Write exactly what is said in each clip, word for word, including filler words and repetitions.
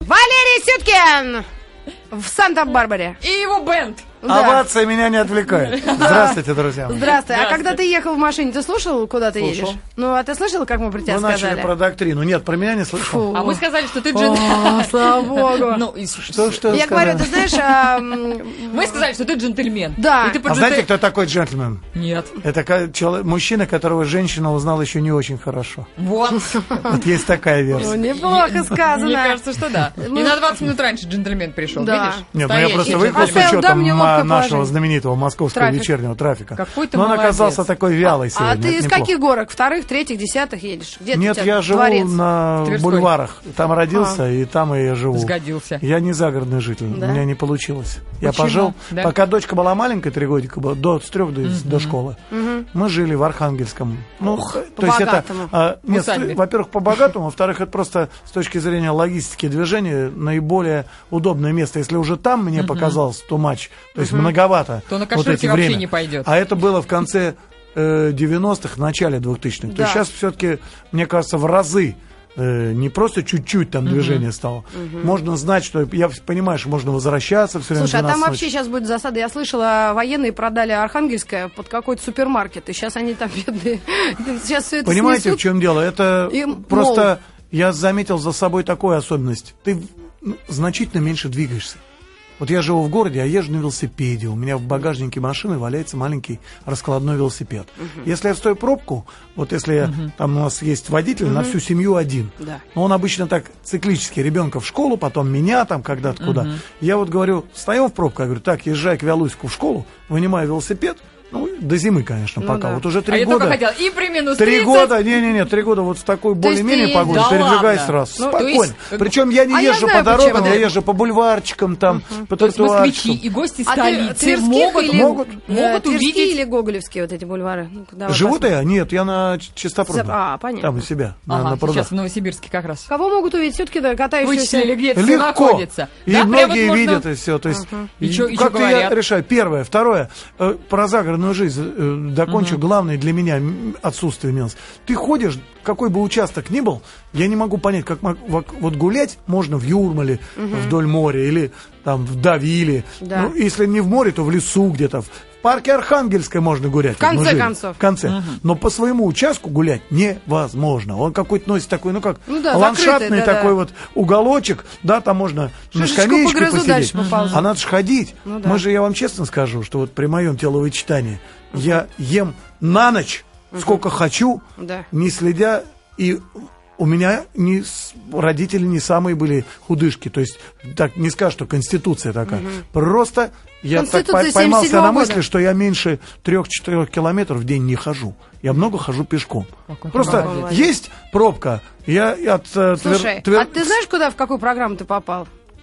Валерий Сюткин в Санта-Барбаре. И его бенд. Да. Овация меня не отвлекает. Здравствуйте, друзья. Здравствуй. А когда ты ехал в машине, ты слушал, куда ты Слушал. едешь? Ну, а ты слышал, как мы про тебя Вы сказали? начали про доктрину. Нет, про меня не слышал. Фу. А мы сказали, что ты джентльмен. О, слава богу. Ну, и Что, что Я сказали? говорю, ты знаешь... а, мы сказали, что ты джентльмен. Да. И ты про А знаете, джентль- кто такой джентльмен? Нет. Это ка- чело- мужчина, которого женщина узнала еще не очень хорошо. Вот. Вот есть такая Ну, версия. неплохо сказано. Мне кажется, что да. И на двадцать минут раньше джентльмен пришел, Да. видишь? Нет, ну я Настоящий просто выехал с джентльмен. Поставил, да, учетом мне ма- ловкое нашего положение. знаменитого московского Трафик. вечернего трафика. Какой ты Но он молодец. оказался такой вялый А сегодня. ты это из неплохо. каких горок? Вторых, третьих, десятых едешь? Где Нет, у тебя я живу дворец? на Тверской. бульварах. Там родился, и там и я живу. Сгодился. Я не загородный житель, Да? у меня не получилось. Я Почему? пожил, Да? пока дочка была маленькая, три годика была, до, с трех до, до школы. Мы жили в Архангельском. Ну, то есть это, по-богатому. а, нет, усадьбе. с- во-первых, по-богатому, во-вторых, это просто с точки зрения логистики движения наиболее удобное место. Если уже там мне показалось too much, то есть многовато, То на вот кошельке эти вообще время. не пойдет. А это было в конце э, девяностых, начале двухтысячных. То Да. есть сейчас все-таки, мне кажется, в разы э, не просто чуть-чуть там движение стало. Можно знать, что я понимаю, что можно возвращаться все время. Слушай, а в там двенадцать вообще ночи. сейчас будет засада. Я слышала, военные продали Архангельское под какой-то супермаркет. И сейчас они там бедные. Сейчас все это Понимаете, снесут. в чем дело? Это И, просто я заметил за собой такую особенность. Ты ну, значительно меньше двигаешься. Вот я живу в городе, а езжу на велосипеде. У меня в багажнике машины валяется маленький раскладной велосипед. Если я стою пробку, вот если я, там у нас есть водитель на всю семью один, Да. но он обычно так циклически, ребенка в школу, потом меня там когда-то куда. Я вот говорю, встаем в пробку, я говорю, так, езжай к Вялуйску в школу, вынимаю велосипед, ну, до зимы, конечно, Ну пока. да. Вот уже А три я года. только хотела. И при минус Три тридцать. года, не-не-не, три года вот в такой То есть более-менее ты- погоде да передвигаюсь ладно? раз. Ну, то Спокойно. есть- Причем я не А я езжу знаю, по дорогам, почему. я езжу по бульварчикам, там, по То есть москвичи тротуарчикам. и гости А ты столицы Тверских могут, или, могут. э, могут Тверские увидеть. или Гоголевские вот эти бульвары? Ну, давай Живу-то посмотрим. я? Нет, я на Ч- Чистопрудном. А, понятно. Там у себя, на, Ага, на прудах. сейчас в Новосибирске как раз. Кого могут увидеть? Все-таки да, катающиеся... Вычислили, где это все Легко. находится. И Да, прям многие вот можно- видят и все. То есть, И чё- и чё как-то я говорят? решаю. Первое. Второе. э, Про загородную жизнь э, докончу. Главное для меня м, отсутствие минус. Ты ходишь, какой бы участок ни был, я не могу понять, как мог- вок- вот гулять можно в Юрмале, вдоль моря, или там в Давиле. Да. Ну, если не в море, то в лесу где-то. В парке Архангельское можно гулять. В конце Вот мы жили. концов. В конце. Но по своему участку гулять невозможно. Он какой-то носит такой, ну как, Ну да, ландшафтный закрытый, да, такой да. вот уголочек, да, там можно на Шишечку скамеечке погрызу, посидеть. дальше поползу. А надо же ходить. Ну да. Мы же, я вам честно скажу, что вот при моем теловычитании я ем на ночь сколько хочу, Да. не следя, и у меня не с- родители не самые были худышки. То есть, так не скажу, что конституция такая. Просто я так Конституция по- поймал себя на семьдесят седьмого мысли, года. что я меньше трех-четырех километров в день не хожу. Я много хожу пешком. Какой ты Просто молодец. есть пробка. Я от э, Твер- Слушай, Твер- а ты знаешь, куда, в какую программу ты попал?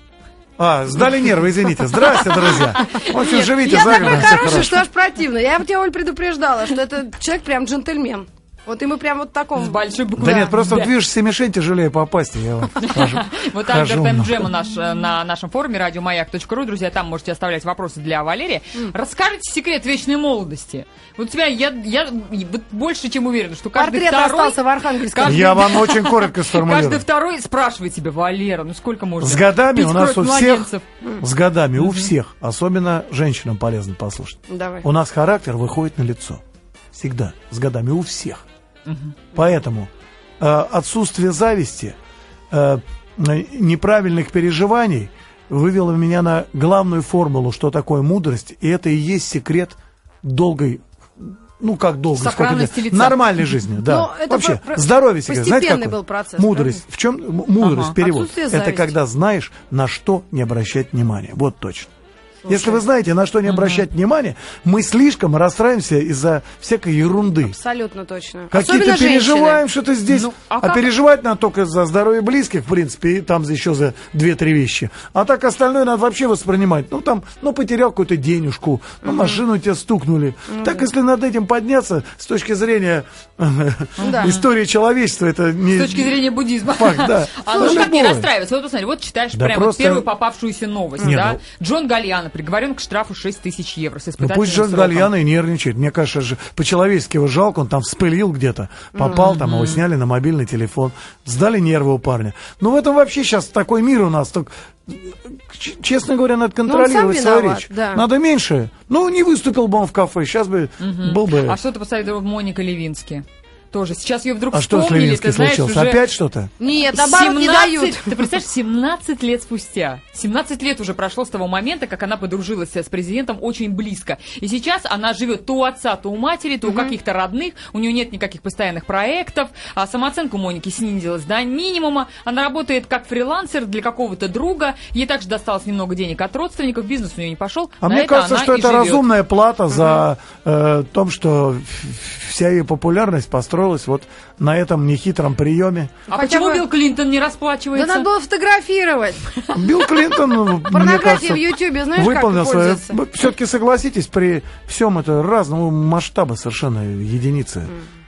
А, сдали нервы, извините. Здрасте, друзья. В общем, живите Я за такой городом, всё хороший, хорошо. что аж противно. Я тебя, Оль, предупреждала, что этот человек прям джентльмен. Вот и мы прям вот в таком... С большой буквы. Да нет, просто в Да. движущейся мишень тяжелее попасть. Я вот хожу. Вот Хожу Альберт много. Джем наш, э, на нашем форуме радиомаяк точка ру. Друзья, там можете оставлять вопросы для Валерия. Расскажите секрет вечной молодости. Вот у тебя, я, я вот больше чем уверена, что каждый Портрет второй... остался в Архангельском. каждый- Я вам очень коротко сформулирую. Каждый второй спрашивает тебя, Валера, ну сколько можно С годами пить у нас кровь у всех, младенцев? с годами у всех, особенно женщинам полезно послушать. Давай. У нас характер выходит на лицо. Всегда. С годами у всех. Поэтому э, отсутствие зависти, э, неправильных переживаний вывело меня на главную формулу, что такое мудрость. И это и есть секрет долгой, ну как долгой, сколько Сохранности лет? лица. Нормальной жизни, да. Ну, это Вообще, про- про- здоровье секрет. Знаете, постепенный какой? был процесс, Мудрость. В чем м- мудрость, Ага. перевод? Отсутствие Это зависти. когда знаешь, на что не обращать внимания. Вот точно. Если вы знаете, на что не обращать внимания, мы слишком расстраиваемся из-за всякой ерунды. Абсолютно точно. Какие-то Особенно переживаем женщины. что-то здесь, Ну, а а, как? переживать надо только за здоровье близких, в принципе, и там за- еще за две-три вещи. А так остальное надо вообще воспринимать. Ну, там, ну, потерял какую-то денежку, ну, машину тебе стукнули. так, если над этим подняться, с точки зрения Да. истории человечества, это не... С точки зрения буддизма. Факт, да. А ну Ну, как не любое. расстраиваться? Вот посмотри, вот читаешь Да прямо просто- первую попавшуюся новость, Не, да? ну- Джон Галлиан, приговорен к штрафу шесть тысяч евро с Ну испытательным пусть Жак сроком. Гальяно и нервничает. Мне кажется, же по-человечески его жалко, он там вспылил где-то, попал mm-hmm. там, его сняли на мобильный телефон, сдали нервы у парня. Ну в этом вообще сейчас такой мир у нас. Так, честно говоря, надо контролировать свою виноват, речь. Да. Надо меньше. Ну, не выступил бы он в кафе, сейчас бы Mm-hmm. был бы... А что ты посоветовал Моника Левински? Тоже. Сейчас ее вдруг А что с вспомнили, Левинской ты знаешь, случилось? уже... Опять что-то? Нет, наоборот, не дают. Ты представляешь, семнадцать лет спустя. семнадцать лет уже прошло с того момента, как она подружилась с президентом очень близко. И сейчас она живет то у отца, то у матери, то у каких-то родных. У нее нет никаких постоянных проектов. А самооценка Моники снизилась до минимума. Она работает как фрилансер для какого-то друга. Ей также досталось немного денег от родственников. Бизнес у нее не пошел. А На мне это кажется, она что и это живет. разумная плата за э, том, что вся ее популярность построилась вот на этом нехитром приеме. А Хотя почему бы- Билл Клинтон не расплачивается? Да надо было фотографировать. Билл Клинтон, ну, мне Порнография кажется, в Ютьюбе, знаешь, выполнил как свое. пользоваться? Все-таки согласитесь, при всем это разного масштаба совершенно единицы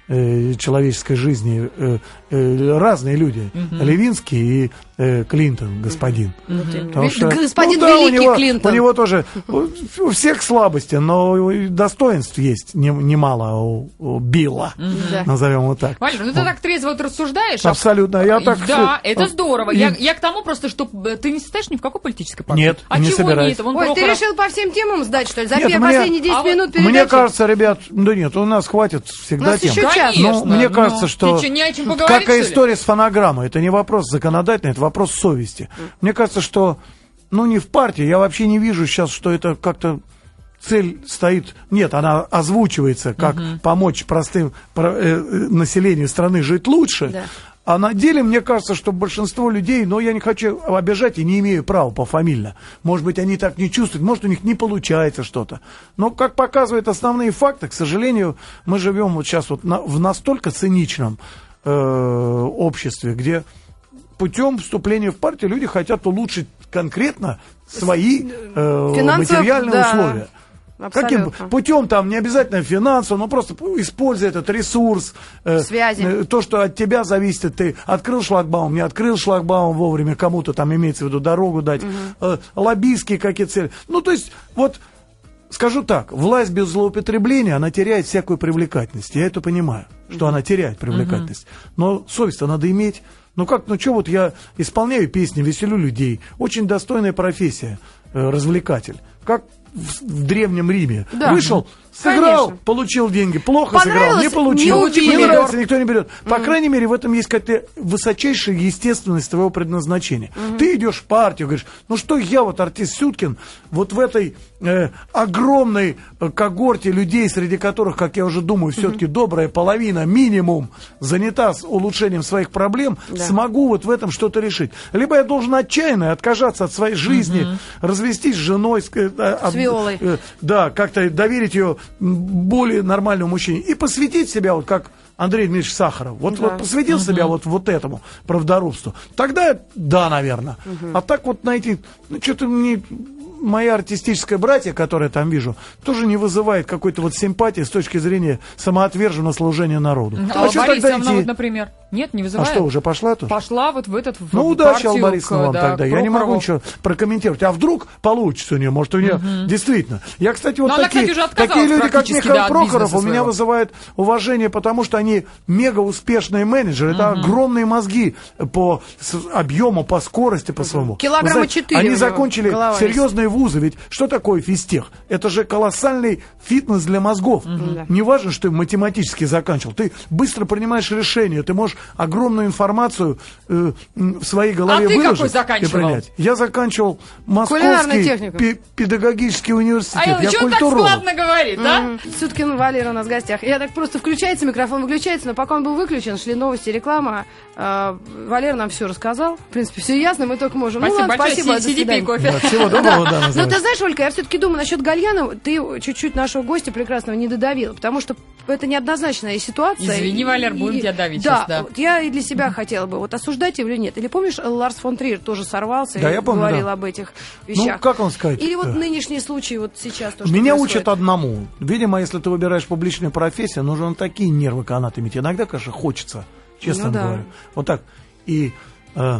э, человеческой жизни э, э, разные люди. Левинский и э, Клинтон, господин. Потому что, Господин ну да, у великий него, Клинтон. у него тоже у, у всех слабости, но и достоинств есть не- немало у, у Билла, Да. назовем его так. Валер, ну ты так трезво вот рассуждаешь. а Абсолютно. Я так Да, всё- это здорово. И- Я, я к тому просто, что э, ты не состоишь ни в какой политической партии. Нет, а не чего собираюсь. нет? Вон Ой, ты Прохоров- решил по всем темам сдать, что ли? За Нет, пе- мне- последние десять а вот минут передачи? Мне кажется, ребят, да нет, у нас хватит всегда нас тем. еще час. Ну, Конечно, мне ну, кажется, что тебе что, не о чем поговорить, как и что ли? история с фонограммой, это не вопрос законодательный, это вопрос совести. Мне кажется, что, ну, не в партии, я вообще не вижу сейчас, что это как-то цель стоит, нет, она озвучивается, как помочь простым про- э, э, населению страны жить лучше. Да. А на деле, мне кажется, что большинство людей, но я не хочу обижать и не имею права пофамильно. Может быть, они так не чувствуют, может, у них не получается что-то. Но, как показывают основные факты, к сожалению, мы живем вот сейчас вот на- в настолько циничном э, обществе, где путем вступления в партию люди хотят улучшить конкретно свои э, Финансово, материальные да. условия. Каким Абсолютно. путем, там, не обязательно финансово, но просто используя этот ресурс, э, Связи. э, то, что от тебя зависит, ты открыл шлагбаум, не открыл шлагбаум вовремя, кому-то там имеется в виду дорогу дать, э, лоббистские какие-то цели. Ну, то есть, вот, скажу так, власть без злоупотребления, она теряет всякую привлекательность. Я это понимаю, что она теряет привлекательность. Но совесть-то надо иметь. Ну как, ну что, вот я исполняю песни, веселю людей. Очень достойная профессия, э, развлекатель. Как в, в Древнем Риме. Да. Вышел, сыграл, Конечно. получил деньги. Плохо сыграл, Понравилось, не получил. не убили. нравится, никто не берет. По крайней мере, в этом есть какая-то высочайшая естественность твоего предназначения. Ты идешь в партию, говоришь, ну что я, вот артист Сюткин, вот в этой э, огромной э, когорте людей, среди которых, как я уже думаю, все-таки добрая половина, минимум, занята с улучшением своих проблем, Да. смогу вот в этом что-то решить. Либо я должен отчаянно отказаться от своей жизни, развестись с женой, с, э, от- Виолой. э, да, как-то доверить ее более нормальному мужчине и посвятить себя, вот как Андрей Дмитриевич Сахаров, вот, Да. вот посвятил себя вот, вот этому правдорубству, тогда да, наверное. А так вот найти, ну что-то мне... Моя артистическая братья, которые я там вижу, тоже не вызывает какой-то вот симпатии с точки зрения самоотверженного служения народу. А А чё тогда Борисовна, идти? вот, например, нет, не А вызывает? что, уже пошла тут? Пошла вот в этот в Ну, удачи, партию Алла Борисовна, к, вам да, тогда. к Я не могу Прохорову. ничего прокомментировать. А вдруг получится у нее? Может, у нее действительно. Я, кстати, вот Но она, такие, кстати, уже отказалась такие люди, как практически, Михаил да, от Прохоров, у бизнеса меня своего. вызывают уважение, потому что они мега успешные менеджеры. Это огромные мозги по с- объему, по скорости, по своему. Килограмма Вы знаете, четыре у Они него закончили голова серьезные вузы. Ведь что такое физтех? Это же колоссальный фитнес для мозгов. Да. Не важно, что ты математически заканчивал. Ты быстро принимаешь решения. Ты можешь огромную информацию э, м, в своей голове А ты выложить какой и заканчивал? принять. Я заканчивал Кулинарный Московский техникум. пе- педагогический университет. А Я что он так культуролог. складно говорит, да? Сюткин Валера у нас в гостях. Я так просто включается, микрофон выключается, но пока он был выключен, шли новости, реклама. А, Валер нам все рассказал. В принципе, все ясно, мы только можем. Спасибо ну, ладно, большое, спасибо, до си- сиди, пей свидания. кофе. Да, всего доброго, да, Ну, называется. ты знаешь, Ольга, я все-таки думаю насчет Гальяна, ты чуть-чуть нашего гостя прекрасного не додавила, потому что это неоднозначная ситуация. Извини, И- Валер, будем и- тебя давить да, сейчас, да. вот я и для себя хотела бы, вот осуждать его или нет. Или помнишь, Ларс фон Триер тоже сорвался Да, и я помню, говорил да. об этих Ну, вещах. как вам сказать? Или вот э, нынешний случай вот сейчас то, что Меня происходит. учат одному. Видимо, если ты выбираешь публичную профессию, нужно такие нервы канаты иметь. Иногда, конечно, хочется, честно Ну да. говорю. Вот так. И э,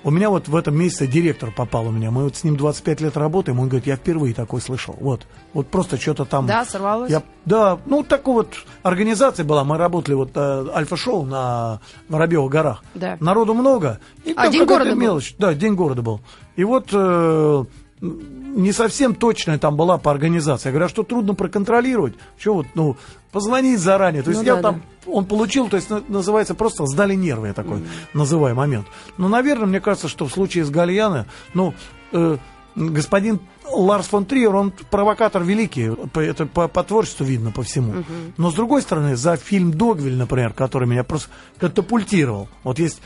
У меня вот в этом месяце директор попал у меня. Мы вот с ним двадцать пять лет работаем. Он говорит, я впервые такой слышал. Вот, вот просто что-то там... Да, сорвалось? Я, да, ну, такой вот организация была. Мы работали вот э, Альфа-шоу на Воробьевых горах. Да. Народу много. И а, День города мелочь. был? Да, День города был. И вот... Э, не совсем точная там была по организации. Я говорю, а что трудно проконтролировать? Что вот, ну, позвонить заранее. То есть ну, я да, там, да. он получил, то есть называется просто сдали нервы, я такой mm. называю момент. Но, наверное, мне кажется, что в случае с Гальяно, ну, э, господин Ларс фон Триер, он провокатор великий, это по, по творчеству видно по всему. Mm-hmm. Но, с другой стороны, за фильм «Догвиль», например, который меня просто катапультировал, вот есть,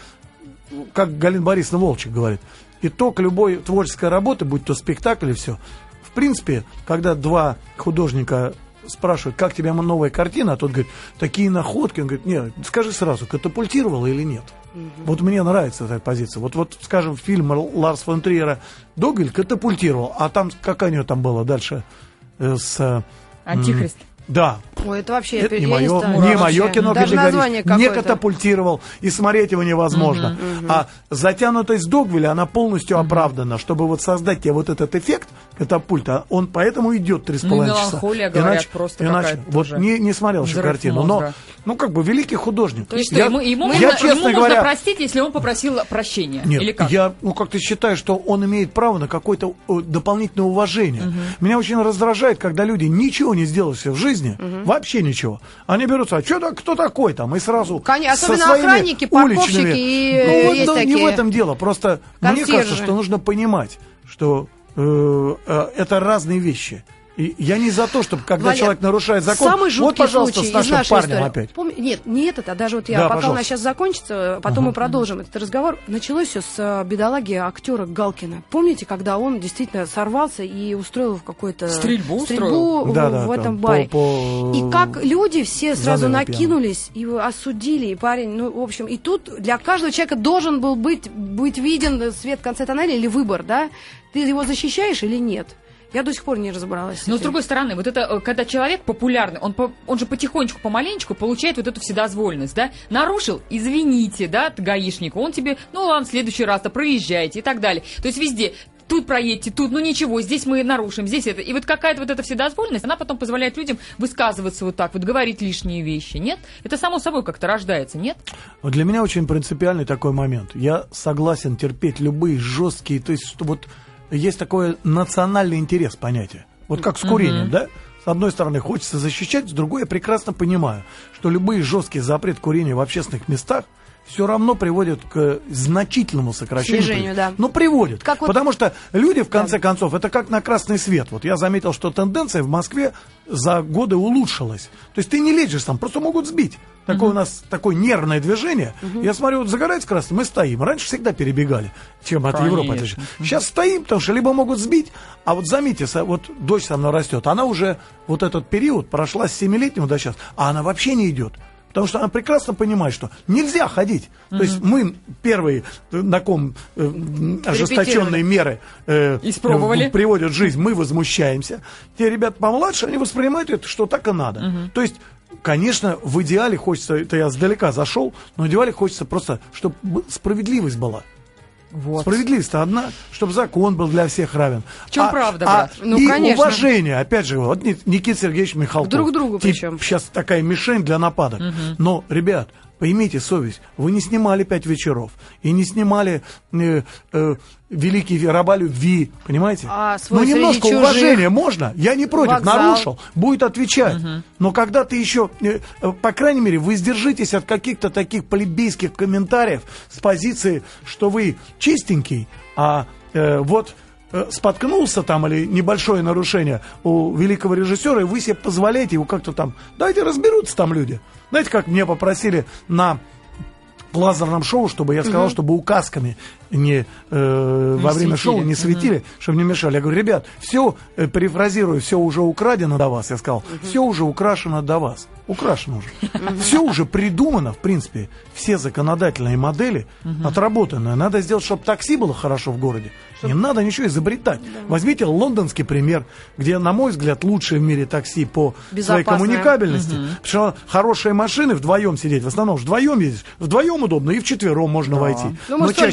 как Галина Борисовна Волчек говорит, итог любой творческой работы, будь то спектакль и все. В принципе, когда два художника спрашивают, как тебе новая картина, а тот говорит, такие находки, он говорит, нет, скажи сразу, катапультировала или нет. Mm-hmm. Вот мне нравится эта позиция. Вот, вот, скажем, фильм Ларса фон Триера «Догвиль» катапультировал, а там, какая у него там была дальше э, с... Антихрист. Да. Ой, это вообще... Это я, не я мое, не, не мое кино, даже название какое-то. Не катапультировал, и смотреть его невозможно. Uh-huh, uh-huh. А затянутость Догвиля, она полностью uh-huh. оправдана, чтобы вот создать тебе вот этот эффект катапульта, он поэтому идет три с половиной часа. Меланхолия, говорят, иначе, просто иначе, вот не, не смотрел еще картину, но, ну, как бы, великий художник. То есть я, ему, ему, я, можно, честно ему говоря, можно простить, если он попросил прощения? Нет, или как? я, ну, как-то считаю, что он имеет право на какое-то дополнительное уважение. Uh-huh. Меня очень раздражает, когда люди ничего не сделали в жизни, uh-huh. вообще ничего. Они берутся, а что, кто такой там? И сразу Конечно, особенно охранники, парковщики и ну, вот, есть да, такие. Не в этом дело. Просто консьержи. Мне кажется, что нужно понимать, что э, э, это разные вещи. И я не за то, чтобы, когда Валер, человек нарушает закон, самый жуткий вот, пожалуйста, случай с нашим из нашей парнем истории. опять. Помни, нет, не этот, а даже вот я, да, пока пожалуйста. у нас сейчас закончится, потом uh-huh. мы продолжим этот разговор. Началось все с бедолаги актера Галкина. Помните, когда он действительно сорвался и устроил какую-то стрельбу, стрельбу в, да, да, в этом там, баре. По, по... И как люди все сразу Залил накинулись и осудили, и парень, ну, в общем, и тут для каждого человека должен был быть, быть виден свет в конце тоннеля или выбор, да? Ты его защищаешь или нет? Я до сих пор не разобралась. Но с другой стороны, вот это, когда человек популярный, он, по, он же потихонечку, помаленечку получает вот эту вседозволенность, да? Нарушил, извините, да, гаишник, он тебе, ну ладно, в следующий раз-то проезжайте и так далее. То есть везде, тут проедьте, тут, ну ничего, здесь мы нарушим, здесь это. И вот какая-то вот эта вседозволенность, она потом позволяет людям высказываться вот так, вот говорить лишние вещи, нет? Это само собой как-то рождается, нет? Для меня очень принципиальный такой момент. Я согласен терпеть любые жесткие, то есть, что вот... Есть такой национальный интерес понятие. Вот как с курением, mm-hmm. да? С одной стороны, хочется защищать, с другой я прекрасно понимаю, что любые жесткие запреты курения в общественных местах все равно приводят к значительному сокращению. Снижению, да. Ну, приводят. Как вот... Потому что люди, в конце да. концов, это как на красный свет. Вот я заметил, что тенденция в Москве за годы улучшилась. То есть ты не лезешь там, просто могут сбить. Такое uh-huh. у нас такое нервное движение. Uh-huh. Я смотрю, вот загорается красный, мы стоим. Раньше всегда перебегали, чем от Конечно. Европы отлично. Сейчас стоим, потому что либо могут сбить, а вот заметьте, вот дочь со мной растет, она уже вот этот период прошла с семилетнего до сейчас, а она вообще не идет. Потому что она прекрасно понимает, что нельзя ходить. Mm-hmm. То есть мы первые, на ком э, ожесточенные меры э, Испробовали. приводят в жизнь, мы возмущаемся. Те ребята помладше, они воспринимают это, что так и надо. Mm-hmm. То есть, конечно, в идеале хочется, это я сдалека зашел, но в идеале хочется просто, чтобы справедливость была. Вот. Справедливость-то одна, чтобы закон был для всех равен. В чем а, правда, а, брат? Ну, и конечно. уважение, опять же, вот Никита Сергеевич Михалков. Друг другу причем. Сейчас такая мишень для нападок. Угу. Но, ребят, поймите совесть, вы не снимали пять вечеров, и не снимали э, э, великий раба любви, понимаете? А свой ну, немножко чужих... уважения можно, я не против, Вокзал. нарушил, будет отвечать. Угу. Но когда ты еще, э, по крайней мере, вы сдержитесь от каких-то таких плебейских комментариев с позиции, что вы чистенький, а э, вот... споткнулся там или небольшое нарушение у великого режиссера, и вы себе позволяете его как-то там, дайте разберутся там люди. Знаете, как мне попросили на лазерном шоу, чтобы я сказал, угу. чтобы указками не, э, во время светили. шоу не светили, угу. чтобы не мешали. Я говорю, ребят, все, э, перефразирую, все уже украдено до вас. Я сказал, угу. все уже украшено до вас. Украшено уже. Все уже придумано, в принципе, все законодательные модели отработаны. Надо сделать, чтобы такси было хорошо в городе. Не надо ничего изобретать. Возьмите лондонский пример, где, на мой взгляд, лучшее в мире такси по своей коммуникабельности. Потому что хорошие машины вдвоем сидеть, в основном вдвоем ездишь, вдвоем удобно, и вчетвером можно войти. Ну, мы столько были вдвоем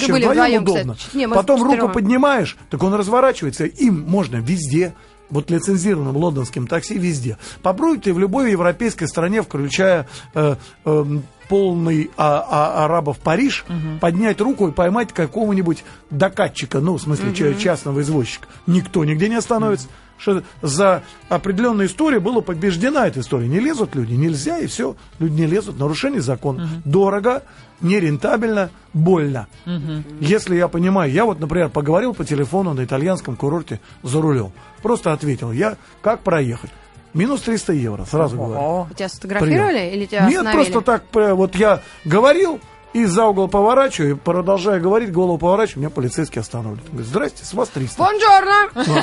вдвоем, удобно. Кстати. Не, Потом руку четвером. поднимаешь, так он разворачивается, им можно везде. Вот лицензированным лондонским такси везде. Попробуй ты в любой европейской стране, включая э, э, полный а, а, арабов Париж, угу. поднять руку и поймать какого-нибудь докатчика, ну, в смысле, угу. частного извозчика. Никто нигде не остановится. Угу. Что за определенную историю была побеждена эта история. Не лезут люди, нельзя, и все. Люди не лезут. Нарушение закона. Угу. Дорого, нерентабельно, больно. Угу. Если я понимаю, я вот, например, поговорил по телефону на итальянском курорте за рулем. Просто ответил, я как проехать? Минус триста евро, сразу О-о-о. говорю. Тебя сфотографировали Привет. или тебя Нет, остановили? просто так, вот я говорил, и за угол поворачиваю, и продолжая говорить, голову поворачиваю, меня полицейский останавливает. Говорит, здрасте, с вас триста. Бонжорно!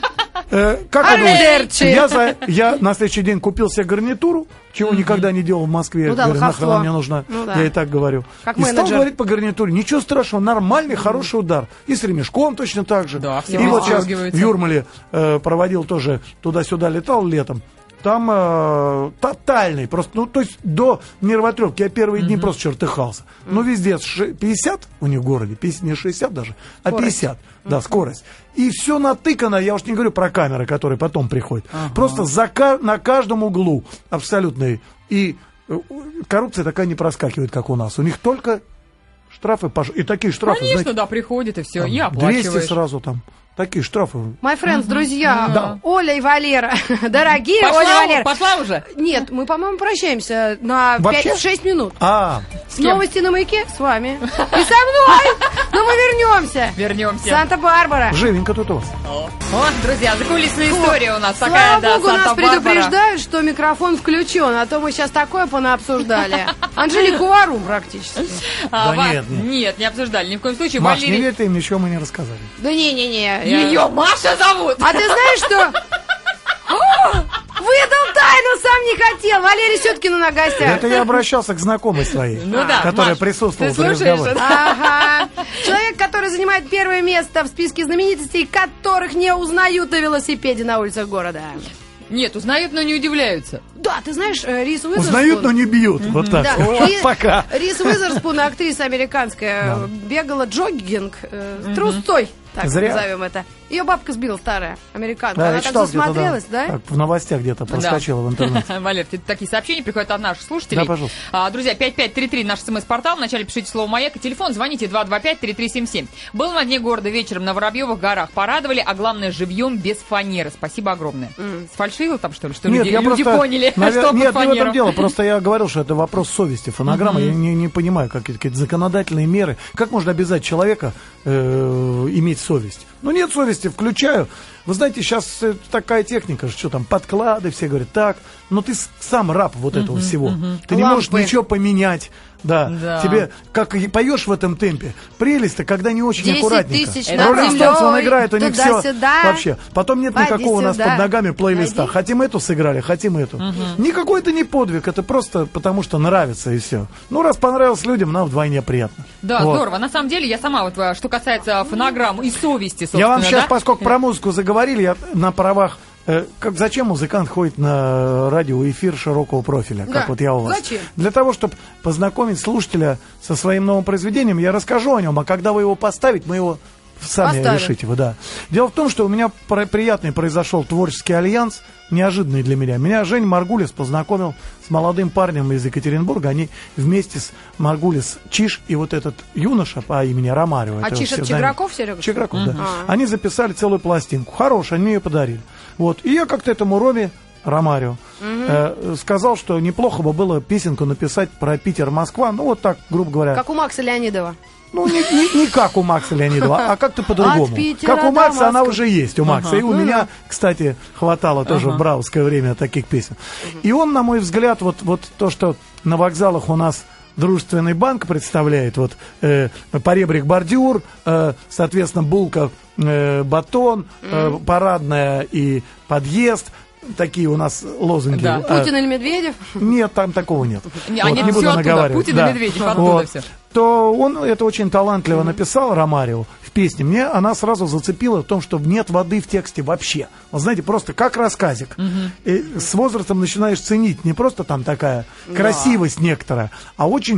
Э, как вы думаете, я, за, я на следующий день купил себе гарнитуру, чего mm-hmm. никогда не делал в Москве. Ну да, говорю, нахрен она мне нужна, ну, да. я и так говорю. Как и менеджер. стал говорить по гарнитуре, ничего страшного, нормальный, mm-hmm. хороший удар. И с ремешком точно так же. Да, и вот сейчас в Юрмале э, проводил тоже, туда-сюда летал летом. Там э, тотальный, просто, ну, то есть до нервотрепки я первые mm-hmm. дни просто чертыхался. Mm-hmm. Ну, везде пятьдесят у них в городе, пятьдесят, не шестьдесят даже, а скорость. пятьдесят, mm-hmm. да, скорость. И все натыкано, я уж не говорю про камеры, которые потом приходят. Uh-huh. Просто за, на каждом углу абсолютно. И коррупция такая не проскакивает, как у нас. У них только штрафы, и такие штрафы, конечно, знаете, да, приходит и все, там, и оплачиваешь. двести сразу там. Такие штрафы. My friends, mm-hmm. друзья, да. Оля и Валера, дорогие пошла, Оля и Валера. Пошла уже? Нет, мы, по-моему, прощаемся на пять-шесть минут. А, Новости на маяке с вами. И со мной. Но мы вернемся. Вернемся. Санта-Барбара. живенько тут у вас. Вот, друзья, закулисная история у нас Слава такая, да, богу, нас Санта-Барбара. предупреждают, что микрофон включен, а то мы сейчас такое понаобсуждали. Анжелику Варум практически. А, Да Ва- нет, нет. нет, не обсуждали, ни в коем случае. Маш, не Валерий... верь ты им, ничего мы не рассказали. Да не-не-не. Ее Маша зовут. А ты знаешь, что... О, выдал тайну, сам не хотел. Валерий Сюткин на гостях. Это я обращался к знакомой своей, Ну да, которая Маш, присутствовала ты при слушаешь разговоре. это? Ага. Человек, который занимает первое место в списке знаменитостей, которых не узнают на велосипеде на улицах города. Нет, узнают, но не удивляются. Да, ты знаешь, э, Риз Уизерспун... Узнают, но не бьют. Вот так. Да. Вот Ри- пока. Риз Уизерспун, актриса американская, Да. бегала джоггинг э, трусцой, так Зря. назовем это. Ее бабка сбила старая, американка. Да, Она я так читал где-то, засмотрелась, да? Так, в новостях где-то проскочило в интернете. Валер, такие сообщения приходят от наших слушателей. Да, пожалуйста. А, друзья, пять пять три три наш смс-портал. Вначале пишите слово «Маяк» и телефон. Звоните два два пять три три семь семь. Был на дне города вечером на Воробьевых горах. Порадовали, а главное, живьем без фанеры. Спасибо огромное. Mm. Сфальшивил там, что ли? Что Нет, люди, я люди просто, поняли, навер- что под Нет, не в этом фанеру. дело. Просто я говорил, что это вопрос совести. Фонограмма, я не, не понимаю, как какие-то законодательные меры. Как можно обязать человека э, иметь совесть? Ну, нет совести, включаю. Вы знаете, сейчас э, такая техника, что там, подклады, все говорят так. Но ты с- сам раб вот этого всего. Ты не можешь Лампы. ничего поменять. Да. Да. Тебе, как и поешь в этом темпе, прелесть-то, когда не очень десять аккуратненько. тысяч над Роллинг землей, Стоунс, он играет, у них все туда-сюда. вообще. Потом нет Пойди никакого у нас сюда. под ногами плейлиста. Пойди. Хотим эту сыграли, хотим эту. Никакой это не подвиг, это просто потому, что нравится и все. Ну, раз понравилось людям, нам вдвойне приятно. Да, Вот. здорово. На самом деле, я сама, вот, а, что касается фонограмм и совести, собственно, Я вам сейчас, да? поскольку про музыку заговорили, я на правах... э, как, зачем музыкант ходит на радиоэфир широкого профиля, Да. как вот я у вас? Зачем? Для того, чтобы познакомить слушателя со своим новым произведением, я расскажу о нем, а когда вы его поставите, мы его сами Поставим. решите. Вы, да. Дело в том, что у меня про- приятный произошел творческий альянс, неожиданный для меня. Меня Жень Маргулис познакомил с молодым парнем из Екатеринбурга. Они вместе с Маргулис Чиш и вот этот юноша по имени Ромарио. А это Чиш это псевдоним. Чиграков, Серега? Чиграков, да. А. Они записали целую пластинку. Хорошая, они мне ее подарили. Вот. И я как-то этому Роме Ромарио э, сказал, что неплохо бы было песенку написать про Питер-Москва. Ну, вот так, грубо говоря. Как у Макса Леонидова. Ну, не, не- не как у Макса Леонидова, а как-то по-другому. От Питера Как у до Макса она Москвы. уже есть, у Макса. Ага. И у меня, кстати, хватало тоже в браузское время таких песен. И он, на мой взгляд, вот, вот то, что на вокзалах у нас дружественный банк представляет, вот э, поребрик бордюр, э, соответственно, булка, э, батон, э, парадная и подъезд. Такие у нас лозунги. Да. Э, Путин или Медведев? Нет, там такого нет. Не, Вот, они не всё буду оттуда, наговаривать. Путин и Медведев, оттуда Вот. всё. То он это очень талантливо написал, Ромарио, в песне. Мне она сразу зацепила в том, что нет воды в тексте вообще. Вот знаете, просто как рассказик. И с возрастом начинаешь ценить не просто там такая красивость некоторая, а очень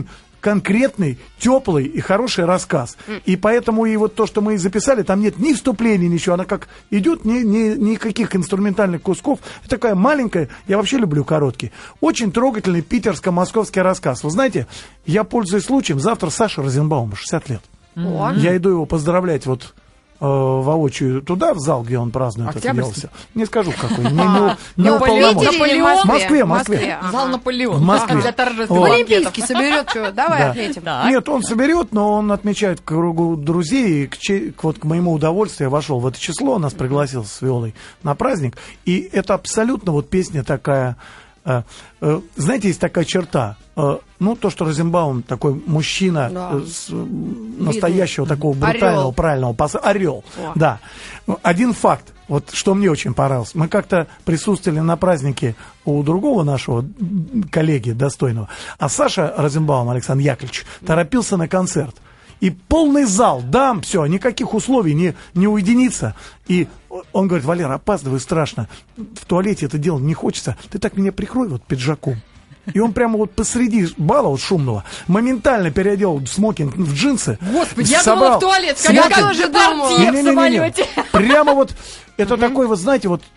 конкретный, теплый и хороший рассказ. И поэтому и вот то, что мы и записали, там нет ни вступления, ничего. Она как идет, ни, ни, никаких инструментальных кусков. Это такая маленькая, я вообще люблю короткие. Очень трогательный питерско-московский рассказ. Вы знаете, я пользуюсь случаем, завтра Саша Розенбаум, шестьдесят лет. О. Я иду его поздравлять вот э, воочию туда, в зал, где он празднует это дело. Не скажу, какой. Не, не, не Ну, уполномочен. в Питере или в Наполеон? В Москве, в Москве. Москве, ага. Зал Наполеон. В Москве. Для торжественных Вот. банкетов. Олимпийский соберет, что, давай Да. отметим. Так. Нет, он соберет, но он отмечает в кругу друзей. И к, че- к- вот, к моему удовольствию я вошел в это число, нас пригласил с Виолой на праздник. И это абсолютно вот песня такая... э, э, знаете, есть такая черта. Э, ну, то, что Розенбаум такой мужчина, Да. э, с, э, настоящего такого брутального, Орел. правильного паса. Орел. О. Да. Один факт. Вот что мне очень понравилось. Мы как-то присутствовали на празднике у другого нашего коллеги достойного, а Саша Розенбаум, Александр Яковлевич, торопился на концерт. И полный зал, дам, все, никаких условий, не, не уединиться. И он говорит: Валера, опаздывай страшно, в туалете это делать не хочется, ты так меня прикрой вот пиджаком. И он прямо вот посреди бала вот шумного моментально переодел смокинг в джинсы. Господи, я собрал думала в туалет, смокинг. как Я тоже думала. партия в Не-не-не-не. самолете. Прямо вот это такое, вот знаете, вот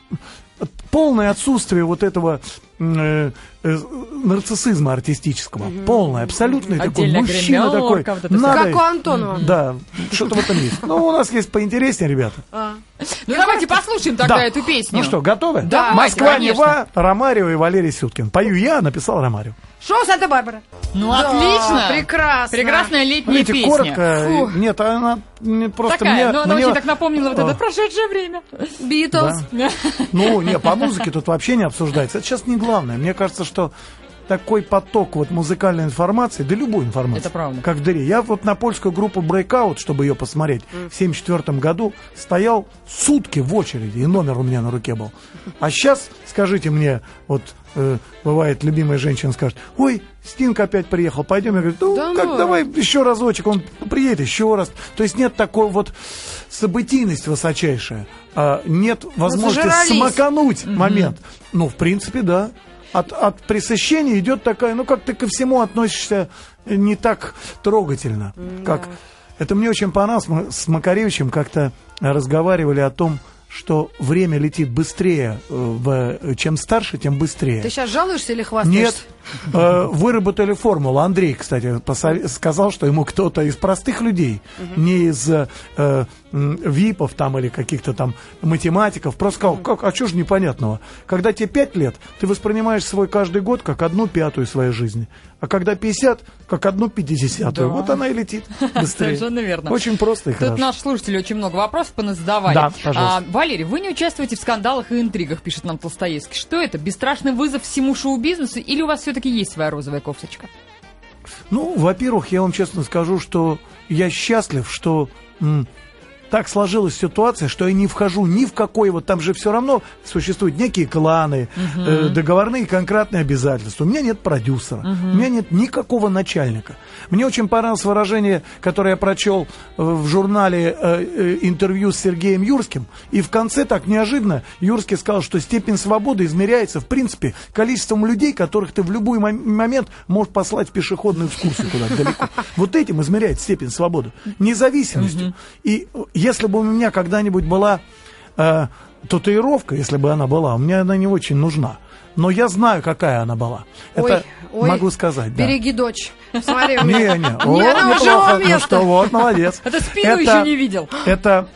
полное отсутствие вот этого э, э, нарциссизма артистического. Полное, абсолютный такой Отдельная мужчина такой. гримерка, вот это всё. Надо- Как у Антонова. Да, что-то в этом есть. Ну, у нас есть поинтереснее, ребята. Ну давайте послушаем тогда Да. эту песню. Ну что, готовы? Да, Москва, конечно. Нева, Ромарио и Валерий Сюткин. Пою я, написал Ромарио. Шоу Санта-Барбара. Ну Да, отлично. прекрасно. Прекрасная летняя Видите, песня. коротко. Фух. Нет, она мне просто Такая, мне... но она мне- очень так напомнила вот А. это прошедшее время. Битлз. Ну, не, по музыке тут вообще не обсуждается. Это сейчас не главное. Мне кажется, что такой поток вот музыкальной информации, да любой информации, Это правда. как в дыре. Я вот на польскую группу Breakout, чтобы ее посмотреть, в семьдесят четвёртом году стоял сутки в очереди, и номер у меня на руке был. А сейчас, скажите мне, вот э, бывает, любимая женщина скажет: ой, Стинг опять приехал, пойдем. Я говорю: ну, Да как, ну. давай еще разочек, он приедет еще раз. То есть нет такой вот событийность высочайшая, а нет возможности зажрались. смакануть момент. Ну, в принципе, да. От, от пресыщения идет такая, ну, как ты ко всему относишься не так трогательно, как... Это мне очень понравилось. Мы с Макаревичем как-то разговаривали о том, что время летит быстрее, э, в, чем старше, тем быстрее. Ты сейчас жалуешься или хвастаешься? Нет, э, выработали формулу. Андрей, кстати, посов- сказал, что ему кто-то из простых людей, не из э, м, випов там или каких-то там математиков, просто сказал: как, а что ж непонятного? Когда тебе пять лет, ты воспринимаешь свой каждый год как одну пятую своей жизни, а когда пятьдесят, как одну пятидесятую. Да. Вот она и летит быстрее. Совершенно верно. Очень просто и Тут хорошо. наши слушатели очень много вопросов поназадавали. Да, пожалуйста. А, Валерий, вы не участвуете в скандалах и интригах, пишет нам Толстоевский. Что это? Бесстрашный вызов всему шоу-бизнесу или у вас все-таки есть своя розовая кофточка? Ну, во-первых, я вам честно скажу, что я счастлив, что м, так сложилась ситуация, что я не вхожу ни в какой, вот там же все равно существуют некие кланы, э, договорные конкретные обязательства. У меня нет продюсера, у меня нет никакого начальника. Мне очень понравилось выражение, которое я прочел э, в журнале э, э, интервью с Сергеем Юрским, и в конце так неожиданно Юрский сказал, что степень свободы измеряется, в принципе, количеством людей, которых ты в любой мо- момент можешь послать в пешеходную экскурсию куда-то далеко. Вот этим измеряется степень свободы. Независимостью. И если бы у меня когда-нибудь была э, татуировка, если бы она была, мне она не очень нужна. Но я знаю, какая она была. Ой, Это ой, могу сказать. Да. Береги дочь. Смотри, у меня. Не, не, Не, вот, она уже неплохо. у Ну места. что, вот, молодец. Это спину еще не видел. Это,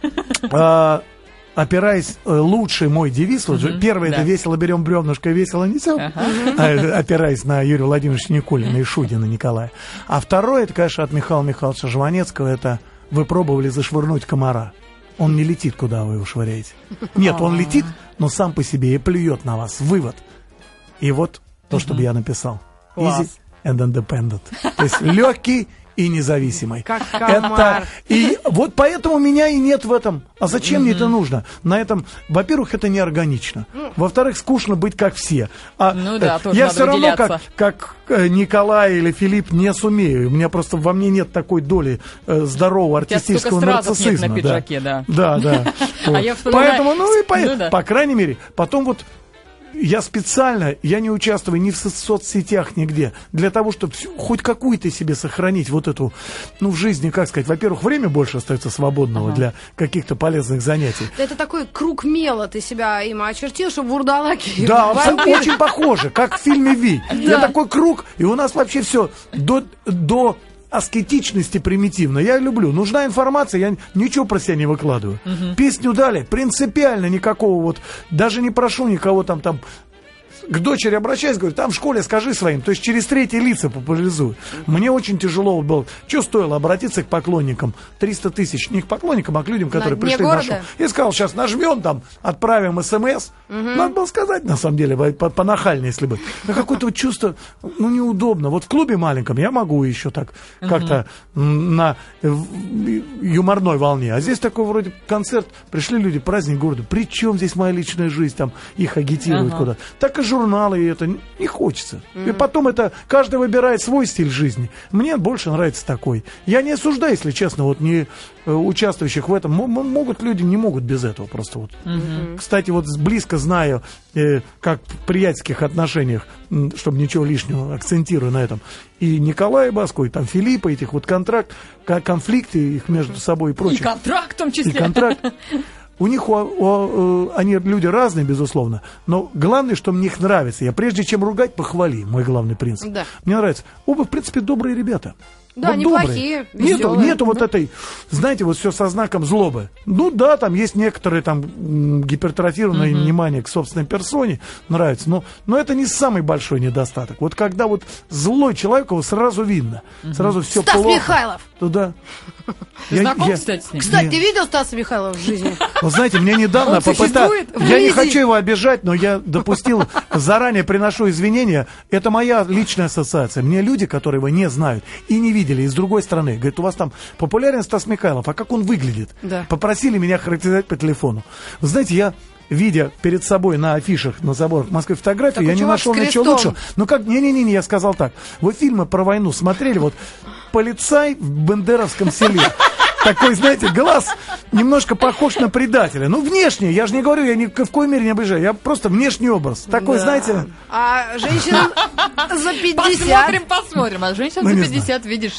э, опираясь, э, лучший мой девиз, вот же, первый да. это весело берем бревнышко, весело несем, а, это опираясь на Юрия Владимировича Никулина и Шудина Николая. А второй, это, конечно, от Михаила Михайловича Жванецкого, это: вы пробовали зашвырнуть комара. Он не летит, куда вы его швыряете. Нет, он летит, но сам по себе и плюет на вас. Вывод. И вот то, что бы я написал. Класс. Easy and independent. То есть легкий и независимый. Как комар. Это, и вот поэтому меня и нет в этом. А зачем мне это нужно? На этом, во-первых, это неорганично. Во-вторых, скучно быть как все. А, Ну да, э, тоже я надо все равно как, выделяться. как э, Николай или Филипп не сумею. У меня просто во мне нет такой доли э, здорового тебя столько артистического стразов нет нарциссизма. на пиджаке, да. Да, да. А Вот. я вспоминаю- Поэтому, ну и по, Ну да. по крайней мере, потом вот я специально, я не участвую ни в со- соцсетях, нигде, для того, чтобы хоть какую-то себе сохранить вот эту, ну, в жизни, как сказать, во-первых, время больше остается свободного ага. для каких-то полезных занятий. Это такой круг мела ты себя им очертил, чтобы вурдалаки... Да, очень похоже, как в фильме «Ви». Я такой круг, и у нас вообще все до... до аскетичности примитивно. Я люблю. Нужна информация, я ничего про себя не выкладываю. Uh-huh. Песню дали, принципиально никакого вот, даже не прошу никого там, там к дочери обращаюсь, говорю, там в школе скажи своим, то есть через третьи лица популяризую. Мне очень тяжело было. Что стоило обратиться к поклонникам? триста тысяч, не к поклонникам, а к людям, которые пришли на шоу. Я сказал, сейчас нажмем там, отправим смс. Угу. Надо было сказать, на самом деле, понахальнее, если бы. Но какое-то вот чувство, ну, неудобно. Вот в клубе маленьком я могу еще так угу. как-то на юморной волне. А здесь такой вроде концерт, пришли люди, праздник города. При чем здесь моя личная жизнь, там, их агитируют ага. куда-то. Так и журналы, и это не хочется. Mm-hmm. И потом это каждый выбирает свой стиль жизни. Мне больше нравится такой. Я не осуждаю, если честно, вот не э, участвующих в этом. М- могут люди, не могут без этого просто вот. Mm-hmm. Кстати, вот близко знаю, э, как в приятельских отношениях, м, чтобы ничего лишнего, акцентирую на этом, и Николая Баско, и там Филиппа, этих вот контракт, конфликты их между собой и прочее. И контракт в том числе. И контракт. У них, у, у, они люди разные, безусловно, но главное, что мне их нравится. Я прежде чем ругать, похвали, мой главный принцип. Да. Мне нравится. Оба, в принципе, добрые ребята. Да, вот неплохие, добрые. Нету, нету вот этой, знаете, вот все со знаком злобы. Ну да, там есть некоторые там гипертрофированное mm-hmm. внимание к собственной персоне, нравится, но, но это не самый большой недостаток. Вот когда вот злой человек, его сразу видно, mm-hmm. сразу все Стас плохо. Михайлов! Туда. Ты я, знаком, я... кстати, с ним? Кстати, Нет. ты видел Стаса Михайлова в жизни? Вы знаете, мне недавно попытались... Я не хочу его обижать, но я допустил, заранее приношу извинения. Это моя личная ассоциация. Мне люди, которые его не знают и не видели, и с другой стороны, говорят, у вас там популярен Стас Михайлов, а как он выглядит? Да. Попросили меня характеризовать по телефону. Вы знаете, я... видя перед собой на афишах, на заборах Москвы фотографии, я не нашел ничего лучшего. Ну как, не-не-не, я сказал так. Вы фильмы про войну смотрели, вот полицай в бендеровском селе. Такой, знаете, глаз немножко похож на предателя. Ну, внешне, я же не говорю, я ни в коей мере не обижаю. Я просто внешний образ. Такой, да. знаете... А женщина за пятьдесят... Посмотрим, посмотрим. А женщина ну, за пятьдесят, видишь...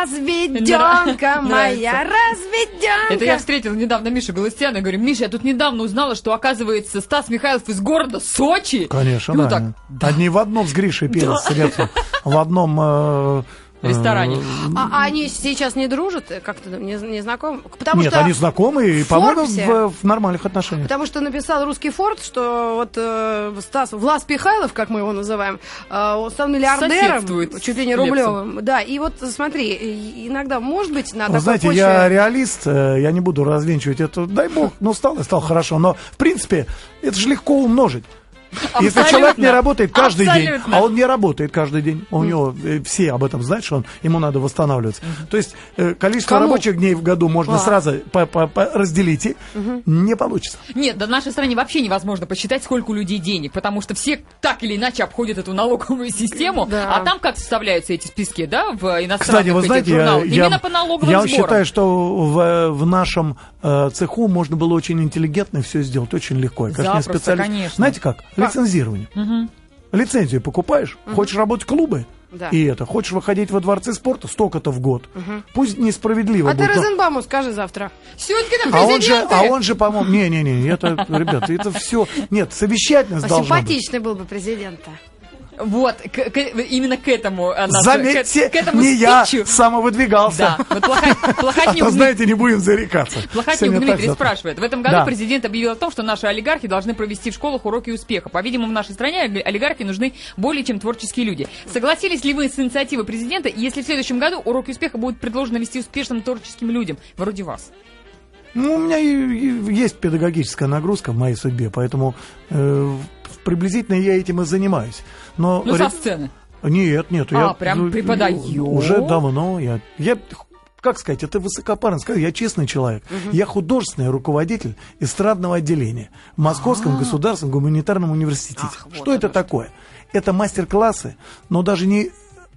Разведенка моя, разведенка. Это я встретила недавно Мишу Галустяна. Я говорю, Миша, я тут недавно узнала, что, оказывается, Стас Михайлов из города Сочи. Конечно, да. Так, да. Одни в одном с Гришей пели, да. в одном... Э- В ресторане. А, а они сейчас не дружат? Как-то не, не знакомы? Потому Нет, что они знакомы и, по-моему, в, в нормальных отношениях. Потому что написал русский Форд, что вот э, Стас, Влас Михайлов, как мы его называем, э, стал миллиардером, чуть ли не рублевым. Да, и вот смотри, иногда, может быть, на Вы такой знаете, почве... я реалист, я не буду развенчивать это. Дай бог, ну стал и стал хорошо. Но, в принципе, это же легко умножить. Абсолютно. Если человек не работает каждый Абсолютно. день, а он не работает каждый день, у mm. него э, все об этом знают, что он, ему надо восстанавливаться. Mm-hmm. То есть э, количество Кому? рабочих дней в году можно а. сразу по- по- по- разделить, и mm-hmm. не получится. Нет, да в нашей стране вообще невозможно посчитать, сколько у людей денег, потому что все так или иначе обходят эту налоговую систему, да. а там как составляются эти списки, да, в иностранных Кстати, вы знаете, журналах, я, именно я, по налоговым я сборам. считаю, что в, в нашем э, цеху можно было очень интеллигентно все сделать, очень легко. Я, конечно, Запросто, не специалист. конечно. Знаете как? как? Лицензирование. Угу. Лицензию покупаешь, угу. хочешь работать в клубы, да. и это, хочешь выходить во дворцы спорта, столько-то в год. Угу. Пусть несправедливо а будет. А ты Розенбауму скажи завтра. Все-таки на а он же, а он же, по-моему, не-не-не, это, ребята, это все, нет, совещательность должна быть. Симпатичный был бы президент-то. Вот, к, к, именно к этому... Заметьте, к, к этому не спичу. я самовыдвигался. Да, вот Плохотнюк... А то, знаете, не будем зарекаться. Плохотнюк Дмитрий спрашивает. В этом году да. президент объявил о том, что наши олигархи должны провести в школах уроки успеха. По-видимому, в нашей стране олигархи нужны более чем творческие люди. Согласились ли вы с инициативой президента, если в следующем году уроки успеха будут предложены вести успешным творческим людям, вроде вас? Ну, у меня и, и есть педагогическая нагрузка в моей судьбе, поэтому... Э, приблизительно я этим и занимаюсь. Но ну, со сцены? Нет, нет. А, я прям преподаю? Уже давно. Я, я, как сказать, это высокопарно сказать. Я честный человек. Угу. Я художественный руководитель эстрадного отделения в Московском А-а-а. государственном гуманитарном университете. Ах, вот что это что. такое? Это мастер-классы, но даже не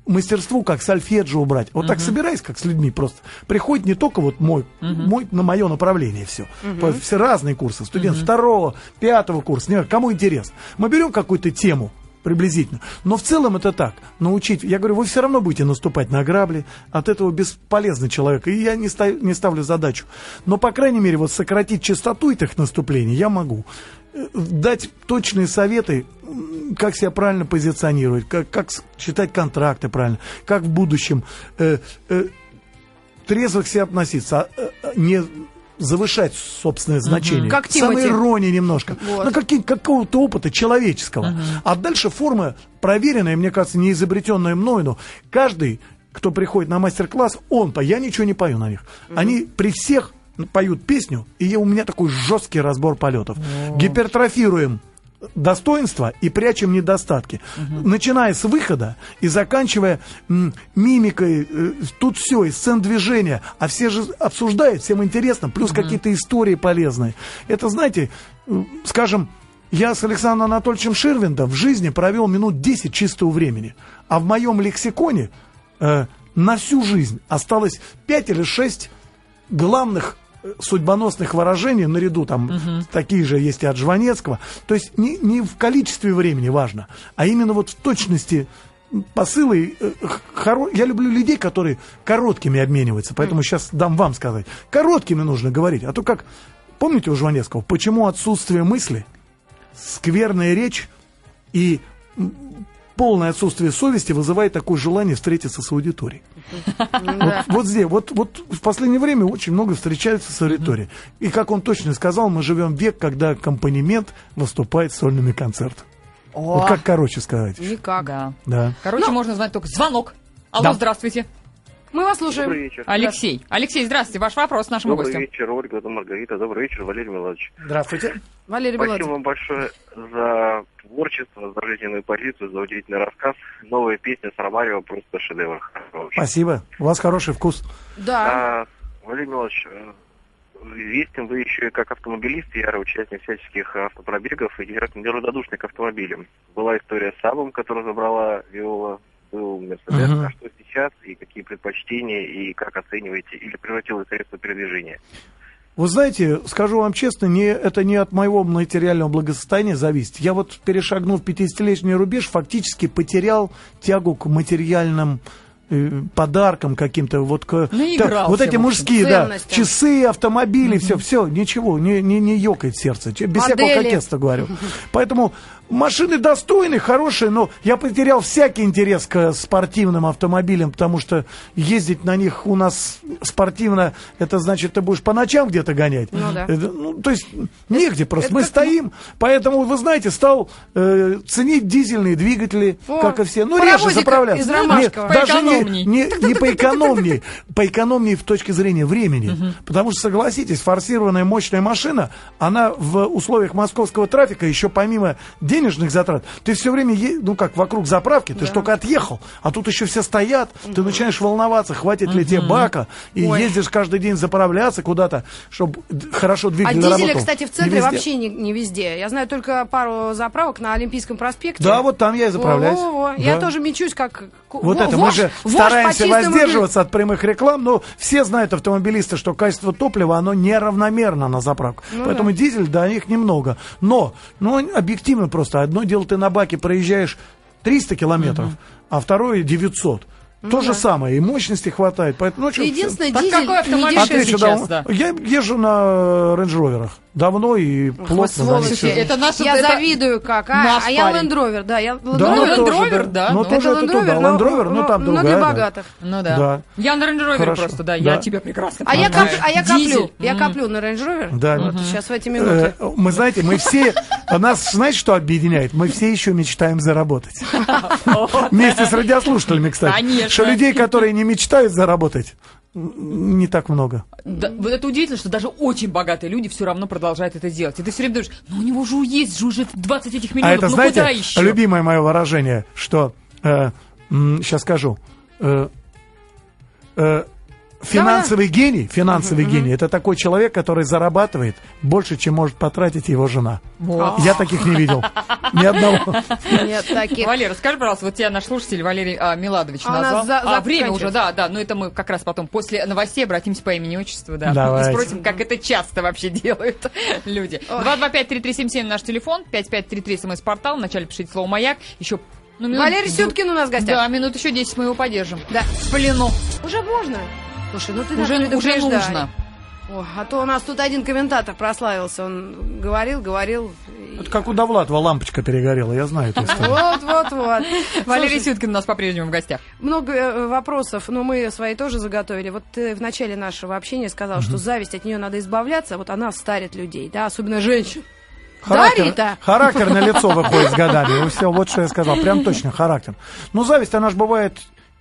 мастерству, как сольфеджио брать. Вот uh-huh. так собираясь, как с людьми просто. Приходит не только вот мой, uh-huh. мой на мое направление все. Uh-huh. Все разные курсы. Студент uh-huh. второго, пятого курса. Не знаю, кому интересно. Мы берем какую-то тему приблизительно. Но в целом это так. Научить. Я говорю, вы все равно будете наступать на грабли. От этого бесполезный человек. И я не, став, не ставлю задачу. Но, по крайней мере, вот сократить частоту этих наступлений я могу. Дать точные советы, как себя правильно позиционировать, как, как читать контракты правильно, как в будущем э, э, трезво к себе относиться, э, не завышать собственное значение. Как Тимати. Самоирония немножко. Вот. Ну, какие, какого-то опыта человеческого. Uh-huh. А дальше форма проверенная, мне кажется, не изобретенная мною, но каждый, кто приходит на мастер-класс, он, я ничего не пою на них. Uh-huh. Они при всех поют песню, и у меня такой жесткий разбор полетов. О. Гипертрофируем достоинства и прячем недостатки. Угу. Начиная с выхода и заканчивая м, мимикой, э, тут все, и сцен движения, а все же обсуждают, всем интересно, плюс угу. какие-то истории полезные. Это, знаете, э, скажем, я с Александром Анатольевичем Ширвиндом в жизни провел минут десять чистого времени, а в моем лексиконе э, на всю жизнь осталось пять или шесть главных судьбоносных выражений наряду, там uh-huh. такие же есть и от Жванецкого. То есть не, не в количестве времени важно, а именно вот в точности посылы. Хоро... Я люблю людей, которые короткими обмениваются, поэтому uh-huh. сейчас дам вам сказать. Короткими нужно говорить, а то как, помните у Жванецкого, почему отсутствие мысли, скверная речь и полное отсутствие совести вызывает такое желание встретиться с аудиторией. Вот, вот здесь, вот, вот в последнее время очень много встречаются с аудиторией. И как он точно сказал, мы живем век, когда аккомпанемент выступает сольными концертами. О, вот как короче сказать. Никак. Да. Да. Короче, Но... можно знать только звонок. Алло, да. Здравствуйте. Мы вас слушаем. Добрый вечер. Алексей. Алексей, здравствуйте. Ваш вопрос нашему Добрый гостю. Добрый вечер, Ольга, Маргарита. Добрый вечер, Валерий Миланович. Здравствуйте. Валерий Спасибо Миланович. вам большое за творчество, за жизненную позицию, за удивительный рассказ. Новая песня с Ромарио просто шедевр. Спасибо. У вас хороший вкус. Да. А, Валерий Миланович, известен вы еще и как автомобилист, ярый участник всяческих автопробегов и неравнодушный к автомобилям. Была история с Сабом, которую забрала Виола. Был Мерседес, uh-huh. а что сейчас, и какие предпочтения, и как оцениваете, или превратилось средство передвижения? Вы знаете, скажу вам честно, не, это не от моего материального благосостояния зависит. Я вот, перешагнув пятидесятилетний рубеж, фактически потерял тягу к материальным э, подаркам каким-то. Вот, к, да, вот эти мужские, да, часы, автомобили, uh-huh. все, все, ничего, не, не, не ёкает сердце. Без Модели. Всякого кокетства говорю. Поэтому... Машины достойные, хорошие, но я потерял всякий интерес к спортивным автомобилям, потому что ездить на них у нас спортивно, это значит, ты будешь по ночам где-то гонять. Ну, да. это, ну, то есть негде это, просто. Это Мы как... стоим, поэтому, вы знаете, стал э, ценить дизельные двигатели, О, как и все. Ну, реже заправляться. Из Нет, даже не, не, не поэкономнее, поэкономнее в точке зрения времени. Угу. Потому что, согласитесь, форсированная мощная машина, она в условиях московского трафика еще помимо денежных затрат, ты все время, е... ну как, вокруг заправки, ты да. же только отъехал, а тут еще все стоят, угу. ты начинаешь волноваться, хватит угу. ли тебе бака, и Ой. ездишь каждый день заправляться куда-то, чтобы хорошо двигатель работал. А дизеля, кстати, в центре не вообще не, не везде. Я знаю только пару заправок на Олимпийском проспекте. Да, вот там я и заправляюсь. Во-во-во. Да. Я тоже мечусь, как... Вот Во, это, вож, мы же стараемся воздерживаться от прямых реклам, но все знают, автомобилисты, что качество топлива, оно неравномерно на заправках. Ну, Поэтому да. дизель, да, их немного. Но, ну, объективно просто, одно дело, ты на баке проезжаешь триста километров, угу. а второе девятьсот. Ну, То да. же самое, и мощности хватает. Поэтому, ну, единственное, так дизель какой автомобиль не сейчас, сейчас, да. Я езжу на рейндж-роверах. Давно и плотно. Это наша, я это завидую как. А, а я Land Rover, да. Я Land да, Rover, Land Rover, да. да. Ну, тоже это туда. Land Rover, но там другая. Но для богатых. Ну да. да. Я на Range Rover Хорошо. просто, да, да. я тебя прекрасно а я, коп, а я коплю. Дизель. Я коплю на Range Rover. Да. Вот, mm-hmm. сейчас в эти минуты. Мы, знаете, мы все... Нас, знаете, что объединяет? Мы все еще мечтаем заработать. Вместе с радиослушателями, кстати. Конечно. Что людей, которые не мечтают заработать, не так много. Да, вот это удивительно, что даже очень богатые люди все равно продолжают это делать. И ты все время думаешь, ну у него же есть же уже двадцать этих миллионов, а это, ну знаете, куда еще? Любимое мое выражение, что, э, м, сейчас скажу, э, э, Финансовый гений, финансовый гений, это такой человек, который зарабатывает больше, чем может потратить его жена. Вот. Я таких не видел. Ни одного. Нет таких. Валерий, расскажи, пожалуйста, вот тебя наш слушатель Валерий а, Миладович А у нас назвал. за- а, время заканчивается. уже, да, да, но это мы как раз потом после новостей обратимся по имени и отчеству, да. Давайте. И спросим, как это часто вообще делают люди. два два пять три три семь семь наш телефон, пять пять три три смс-портал, вначале пишите слово «Маяк», еще... Ну, минут- Валерий Сюткин у нас в гостях. Да, минут еще десять мы его поддержим. Да. В плену. Уже можно? Слушай, ну ты Уже, нас уже предупреждай. нужно. О, а то у нас тут один комментатор прославился. Он говорил, говорил. и- Это как у Довлатова лампочка перегорела, я знаю эту историю. Вот, вот, вот. Валерий Слушай, Сюткин у нас по-прежнему в гостях. много э, вопросов, но мы свои тоже заготовили. Вот ты в начале нашего общения сказал, что зависть, от нее надо избавляться, вот она старит людей, да, особенно женщин. Характер, Дарья-то. характер на лицо выходит с годами. И все, вот что я сказал. Прям точно, характер. Но зависть, она же бывает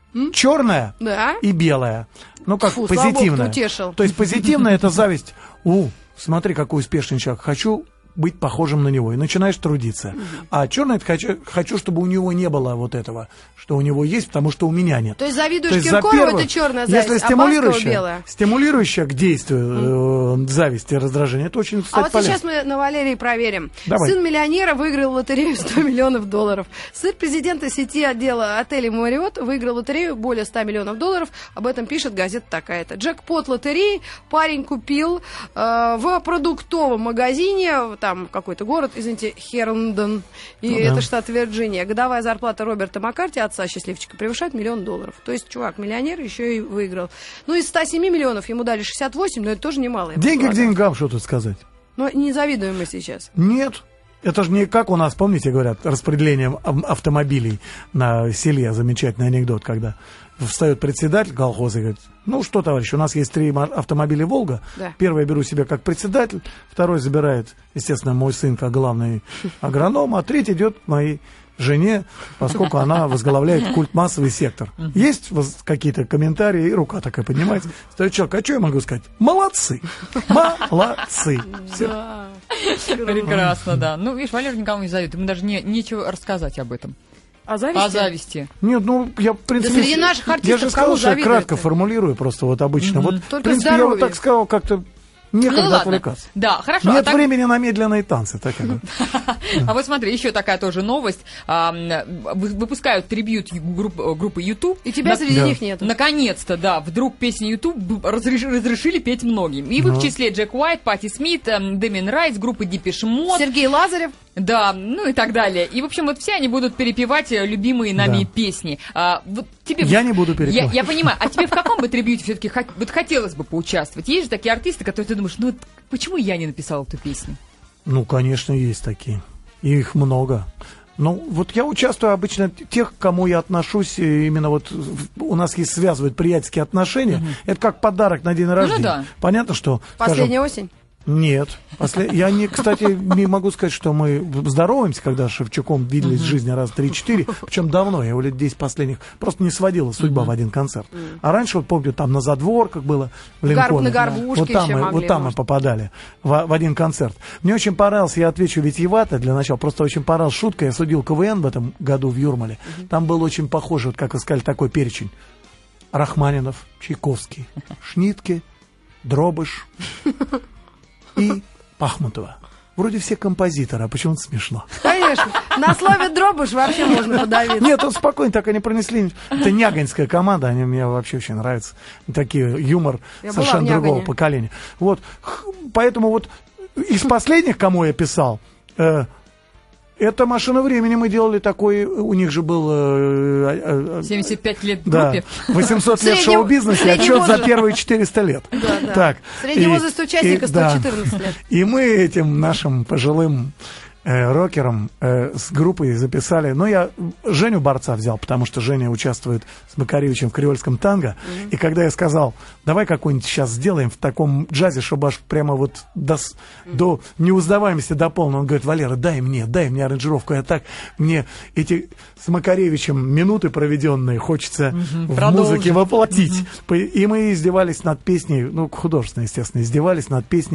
черная Да. и белая. Ну, как Фу, слава богу, позитивная. ты утешил. То есть позитивная это зависть. У, смотри, какой успешный человек. Хочу быть похожим на него. И начинаешь трудиться. А черное это хочу, хочу, чтобы у него не было вот этого, что у него есть, потому что у меня нет. То есть завидуешь То есть за Киркорову, первую- это черная зависть, Если а Баскова стимулирующая, белая. стимулирующая к действию э, зависти и раздражения, это очень, кстати, А вот полезно. сейчас мы на Валерии проверим. Давай. Сын миллионера выиграл в лотерею сто миллионов долларов. Сын президента сети отдела отелей Мариот выиграл лотерею более ста миллионов долларов. Об этом пишет газета такая-то. Джекпот лотереи парень купил э, в продуктовом магазине, там какой-то город, извините, Херндон, и Ну да. это штат Вирджиния. Годовая зарплата Роберта Маккарти, отца счастливчика, превышает миллион долларов. То есть чувак миллионер еще и выиграл. Ну, из ста семи миллионов ему дали шестьдесят восемь, но это тоже немало. я Деньги к предполагаю. деньгам, что тут сказать? Но не завидуем мы сейчас. Нет. Это же не как у нас, помните, говорят, распределением ав- автомобилей на селе. Замечательный анекдот, когда встает председатель колхоза и говорит: ну что, товарищ, у нас есть три ма- автомобиля «Волга». Да. Первый я беру себе как председатель, второй забирает, естественно, мой сын как главный агроном, а третий идет к моей жене, поскольку она возглавляет культ массовый сектор. Есть воз- какие-то комментарии, и рука такая поднимается. Стоит человек: а что я могу сказать? Молодцы! Молодцы! Всё. Да. Прекрасно, да. Ну, видишь, Валерий никому не зовет. Ему даже не, нечего рассказать об этом. А зависти? О зависти. Нет, ну, я, в принципе... среди наших артистов я же сказал, кому что я завидуют-то? кратко формулирую просто вот обычно. Вот, в Только принципе, я вот здоровье. так сказал, как-то Ну некогда ладно. отвлекаться. Да, хорошо. а Нет так- времени на медленные танцы. Так я говорю. А вот смотри, еще такая тоже новость. А, м, вы- выпускают трибьют ю- групп- э, группы YouTube. И тебя На- среди Да. них нет. Наконец-то, да, вдруг песни YouTube б- разреш- разрешили петь многим. И в их Ну. числе Джек Уайт, Патти Смит, эм, Дэмин Райс, группа Depeche Mode, Сергей Лазарев. да, ну и так далее. И, в общем, вот все они будут перепевать э, любимые нами Да. песни. А, вот тебе... Я не буду я, перепевать. я понимаю, а тебе в каком бы трибьюте все-таки вот хотелось бы поучаствовать? Есть же такие артисты, которые ты думаешь, ну вот почему я не написал эту песню? Ну, конечно, есть такие. И их много. Ну, вот я участвую обычно тех, к кому я отношусь, э, именно вот в- у нас есть связывают приятельские отношения. Это как подарок на день рождения. да. Понятно, что... скажем, Последняя осень. Нет. После... Я не, кстати, не могу сказать, что мы здороваемся, когда с Шевчуком виделись в жизни раз три-четыре. Причем давно, я его лет десять последних просто не сводила судьба в один концерт. А раньше, вот помню, там на задворках было в Гарб- Линкольне. на Горбушке Вот там, еще мы, могли, вот там мы может. попадали в, в один концерт. Мне очень понравился, я отвечу витиевато для начала, просто очень понравилась шутка. Я судил КВН в этом году в Юрмале. Там был очень похожий, вот как вы сказали, такой перечень. Рахманинов, Чайковский, Шнитке, Дробыш и Пахмутова. Вроде все композиторы, а почему-то смешно. Конечно. На слове «дробыш» вообще можно подавиться. Нет, тут спокойно так они пронесли. Это нягонская команда, они мне вообще очень нравятся. Такие юмор Я была в совершенно другого Нягане. поколения. Вот, х- поэтому вот из последних, кому я писал, э, это «Машина времени», мы делали такой, у них же был... э, э, семьдесят пять лет в Да, группе. восемьсот лет Средний- шоу-бизнеса, средний отчет за возраст. первые четыреста лет. Да, да. Так, Средний и- возраст участника и- сто да. четырнадцать лет. И мы этим нашим пожилым э, рокером э, с группой записали. Ну, я Женю Борца взял, потому что Женя участвует с Макаревичем в креольском танго. И когда я сказал, давай какой-нибудь сейчас сделаем в таком джазе, чтобы аж прямо вот до, с- до неузнаваемости до полного, он говорит: Валера, дай мне, дай мне аранжировку. Я так, мне эти с Макаревичем минуты проведенные хочется в продолжить. музыке воплотить. По- И мы издевались над песней, ну, художественно, естественно, издевались над песней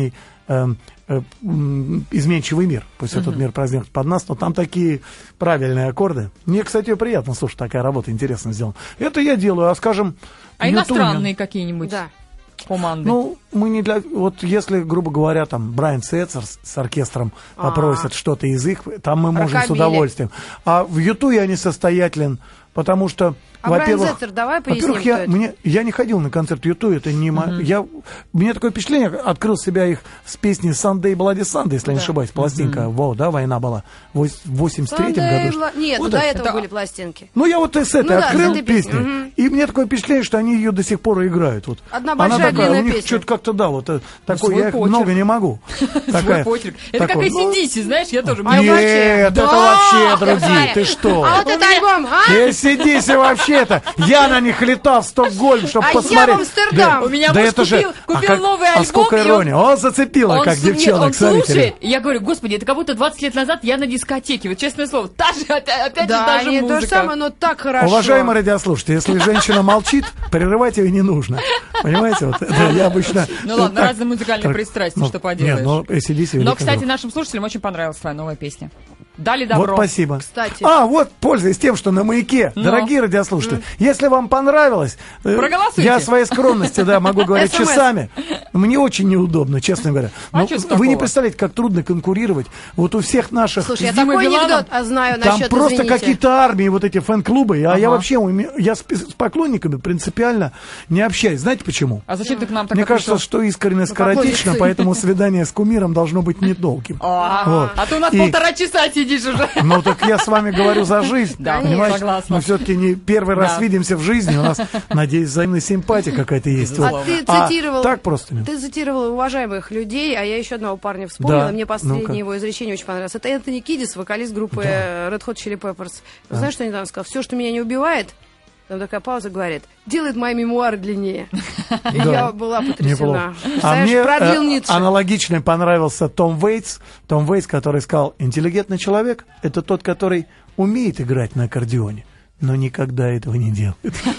э, э, изменчивый мир. Пусть uh-huh. этот мир празднует под нас, но там такие правильные аккорды. Мне, кстати, приятно, слушай, такая работа интересно сделана. Это я делаю, а скажем... А иностранные какие-нибудь? Да. Команды. Ну, мы не для... Вот если, грубо говоря, там, Брайан Сетцер с, с оркестром А-а-а. попросят что-то из их, там мы можем Рокобили. с удовольствием. А в Юту я несостоятелен, потому что, а во-первых... Брайан Сетцер, давай поясним, во-первых, я, кто это. мне, я не ходил на концерт Юту, это не... Uh-huh. Я, мне такое впечатление, открыл себя их с песней «Sunday Bloody Sunday», если да. не ошибаюсь, пластинка, uh-huh. во, да, война была, в восемьдесят третьем году. Бла... Нет, вот до это. этого это... были пластинки. Ну, я вот с этой ну, открыл да, песню, угу. и мне такое впечатление, что они ее до сих пор играют. Вот. Одна большая она такая, длинная у них песня. что-то как-то, да, вот э, такой, свой я их почерк. много не могу. Свой почерк. Это как эй си ди си, знаешь, я тоже... Нет, это вообще другие, ты что? А вот это альбом, а? эй си ди си вообще-то, я на них летал в Стокгольм, чтобы а посмотреть. А я в Амстердам. У меня муж купил новый альбом. А сколько иронии, он зацепило, как девчонок, слушай, я говорю, господи, это как будто двадцать лет назад я на дискотеке, вот честное слово, та же, опять же, та же музыка. Да, то же самое, но так хорошо. Уважаемые радиослушатели, если женщина молчит, прерывать ее не нужно. Понимаете? Вот, да, я обычно... Ну ладно, разные музыкальные пристрастия, что поделаешь. Нет, но эй си ди си... Но, кстати, нашим слушателям очень понравилась твоя новая песня. Дали добро. Вот спасибо. Кстати. А, вот, пользуясь тем, что на маяке, Но. дорогие радиослушатели, mm. если вам понравилось, проголосуйте. Я своей скромности, да, могу говорить часами. Мне очень неудобно, честно говоря. А Но вы не представляете, как трудно конкурировать. Вот у всех наших... Слушай, я такой анекдот а знаю там насчет, просто извините. какие-то армии, вот эти фэн-клубы. А ага. я вообще, я с, с поклонниками принципиально не общаюсь. Знаете почему? А зачем ты к нам так Мне кажется, пришел? что искренне скоротечно, поэтому свидание с кумиром должно быть недолгим. А ты у нас полтора часа сидишь уже. Ну так я с вами говорю за жизнь. Да, согласна. Мы все-таки не первый раз Да. видимся в жизни. У нас, надеюсь, взаимная симпатия какая-то есть. А Вот. ты А цитировал, так просто нет. ты цитировал уважаемых людей, а я еще одного парня вспомнила. Да. Мне последнее Ну-ка. его изречение очень понравилось. Это Энтони Кидис, вокалист группы Да. Red Hot Chili Peppers. Да. Знаешь, что он недавно сказал? Все, что меня не убивает, там такая пауза, говорит, делает мои мемуары длиннее. И Да. я была потрясена. Неплохо. А Знаешь, мне продлил э, Ницше. аналогично понравился Том Вейтс. Том Вейтс, который сказал, интеллигентный человек – это тот, который умеет играть на аккордеоне, но никогда этого не делает.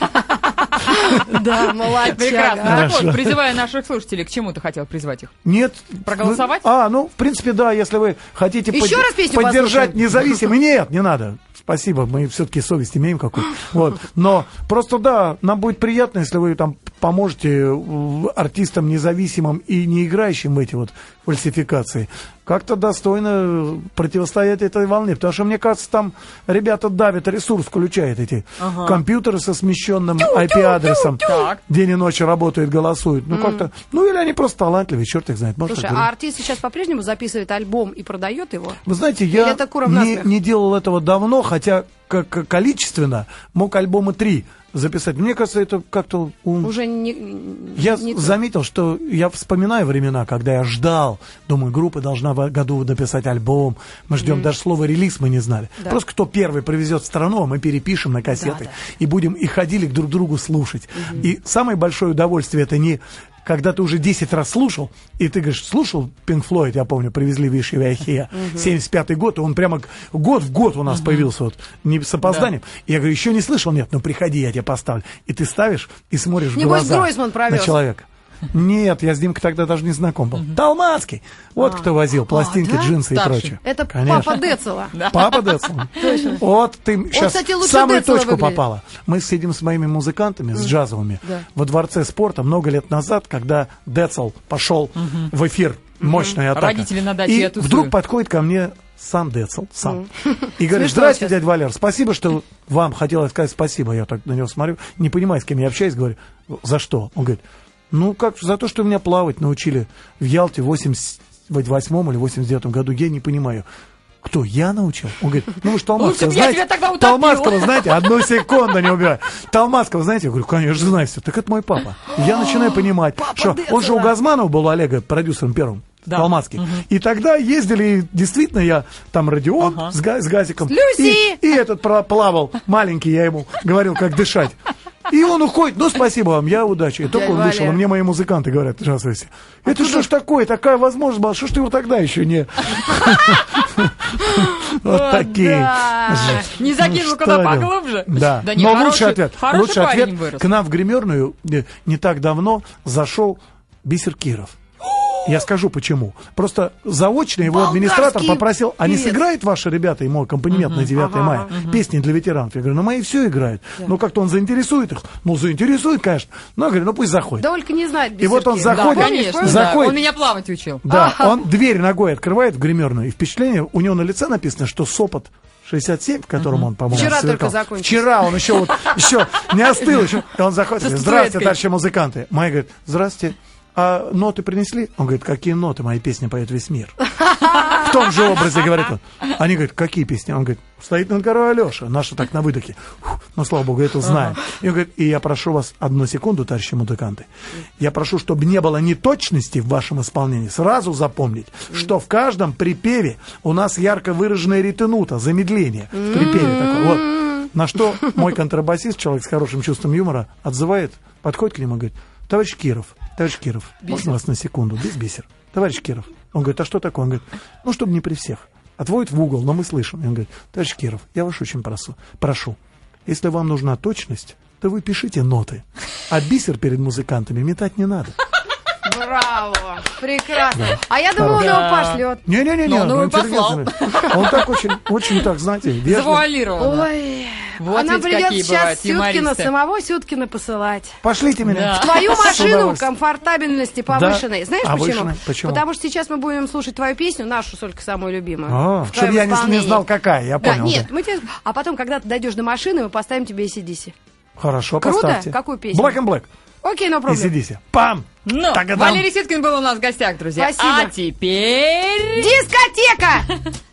Да, молодчага. Прекрасно. Так Хорошо. вот, призывая наших слушателей, к чему ты хотел призвать их? Нет. Проголосовать? Вы- А, ну, в принципе, да, если вы хотите Еще под- раз песню поддержать послушаем? независимый. Нет, не надо. Спасибо, мы все-таки совесть имеем какую-то. Вот. Но просто, да, нам будет приятно, если вы там поможете э, артистам независимым и не играющим в эти вот фальсификации как-то достойно противостоять этой волне. Потому что, мне кажется, там ребята давят, ресурс включают эти Ага. компьютеры со смещенным ай пи-адресом. Так. День и ночь работают, голосуют. Ну, как-то, ну, или они просто талантливые, черт их знает. Может, Слушай, так говорю. а артист сейчас по-прежнему записывает альбом и продает его? Вы знаете, Или я это куром не, насмех? не делал этого давно, хотя как количественно мог альбома три записать. Мне кажется, это как-то... ум- Уже не... Я не то. заметил, что я вспоминаю времена, когда я ждал, думаю, группа должна в году написать альбом, мы ждем, mm-hmm. даже слова релиз мы не знали. Да. Просто кто первый привезет в страну, а мы перепишем на кассеты, Да, да. и будем, и ходили к друг другу слушать. Mm-hmm. И самое большое удовольствие это не... Когда ты уже десять раз слушал, и ты говоришь, слушал Pink Floyd, я помню, привезли Wish You Were Here, семьдесят пятый год, и он прямо год в год у нас появился, вот, не с опозданием. И я говорю, еще не слышал? Нет, ну приходи, я тебе поставлю. И ты ставишь и смотришь в Небось, глаза Гройсман на провез. человека. Нет, я с Димкой тогда даже не знаком был. Талмацкий. Вот кто возил пластинки, да? джинсы и Старший. прочее. Это Конечно. папа Децела. Папа Децл. Вот ты сейчас кстати, в лучше самую Децела точку выглядит. попала. Мы сидим с моими музыкантами, с джазовыми, Да. во Дворце спорта много лет назад, когда Децл пошел в эфир, мощная атака. Родители на даче И я тусую. вдруг подходит ко мне сам Децл, сам. И говорит, Смешно здрасте, сейчас. дядя Валер, спасибо, что вам хотелось сказать спасибо. Я так на него смотрю, не понимаю, с кем я общаюсь, говорю, за что? Он говорит, ну, как, за то, что меня плавать научили в Ялте в восемьдесят восьмом или восемьдесят девятом году, я не понимаю. Кто, я научил? Он говорит, ну вы же Толмацкого Лучше б я знаете? тебя тогда утопил. Толмацкого знаете? Одну секунду не убивай. Толмацкого знаете? Я говорю, конечно, знаю все. Так это мой папа. И я начинаю понимать, что он же у Газманова был, у Олега, продюсером первым. Да. Толмацкий. И тогда ездили, и действительно, я там Родион Ага. с, Га- с Газиком. С Люси! И, и этот про- плавал, маленький, я ему говорил, как дышать. И он уходит, ну спасибо вам, я удачи. И только Дядя он вышел, Валя. и мне мои музыканты говорят, здравствуйте. Это что ж такое, такая возможность была, что ж ты его тогда еще не... Вот такие. да. Не закинул Ну, куда что поглубже? Да, Да не, но хороший- лучший ответ. хороший Лучший парень ответ. вырос. К нам в гримерную э, не так давно зашел Бисер Киров. Я скажу почему. Просто заочно его Болгарский администратор попросил, а не певец. сыграет ваши ребята ему аккомпанемент на девятое Ага, мая? ага. Песни для ветеранов. Я говорю, ну мои все играют. Ну как-то он заинтересует их. Ну заинтересует, конечно. Ну я говорю, ну пусть заходит. Да Ольга не знает И вот он Бисеркина. Да, заходит, конечно, заходит. да. Он меня плавать учил. Да, он дверь ногой открывает в гримерную, и впечатление, у него на лице написано, что Сопот шестьдесят семь, в котором он, по-моему, Вчера сверкал. только закончился. Вчера он еще вот, еще не остыл еще. И он заходит, Со говорит, здравствуйте, статуэткой. товарищи музыканты. Майя говорит, здравствуйте. А ноты принесли? Он говорит, какие ноты? Мои песни поет весь мир. В том же образе, говорит он. Они говорят, какие песни? Он говорит, стоит над горой Алеша. Наши так на выдохе. Фух, ну, слава богу, это знаем. И он говорит, и я прошу вас одну секунду, товарищи музыканты. Я прошу, чтобы не было неточности в вашем исполнении. Сразу запомнить, что в каждом припеве у нас ярко выраженная ретенута, замедление в припеве такое. Вот. На что мой контрабасист, человек с хорошим чувством юмора, отзывает, подходит к нему и говорит, товарищ Киров, товарищ Киров, можно вас на секунду, без бисер? Товарищ Киров. Он говорит, а что такое? Он говорит, ну, чтобы не при всех. Отводит в угол, но мы слышим. И он говорит, товарищ Киров, я вас очень прошу, прошу, если вам нужна точность, то вы пишите ноты, а бисер перед музыкантами метать не надо. Браво! Прекрасно. А я думала, он его пошлет. Не-не-не, Ну, ну, и послал. он так очень, очень так, знаете, вежливо. Завуалировано. Ой, Вот она ведь придет какие сейчас бывают Сюткина, юмористы. самого Сюткина посылать. Пошлите меня. Да. Твою С машину удовольствием. комфортабельности повышенной. Знаешь Повышенной. почему? Почему? Потому что сейчас мы будем слушать твою песню, нашу, только самую любимую. А, в твоем чтобы я не, не исполнении. знал, какая, я Да, понял. нет, да. мы тебе... А потом, когда ты дойдешь до машины, мы поставим тебе эй си ди си. Хорошо, Круто? поставьте. Какую песню? Black and Black. Окей, no problem. Иди, Пам! Ну, Тагадам. Валерий Ситкин был у нас в гостях, друзья. Спасибо. А теперь... Дискотека!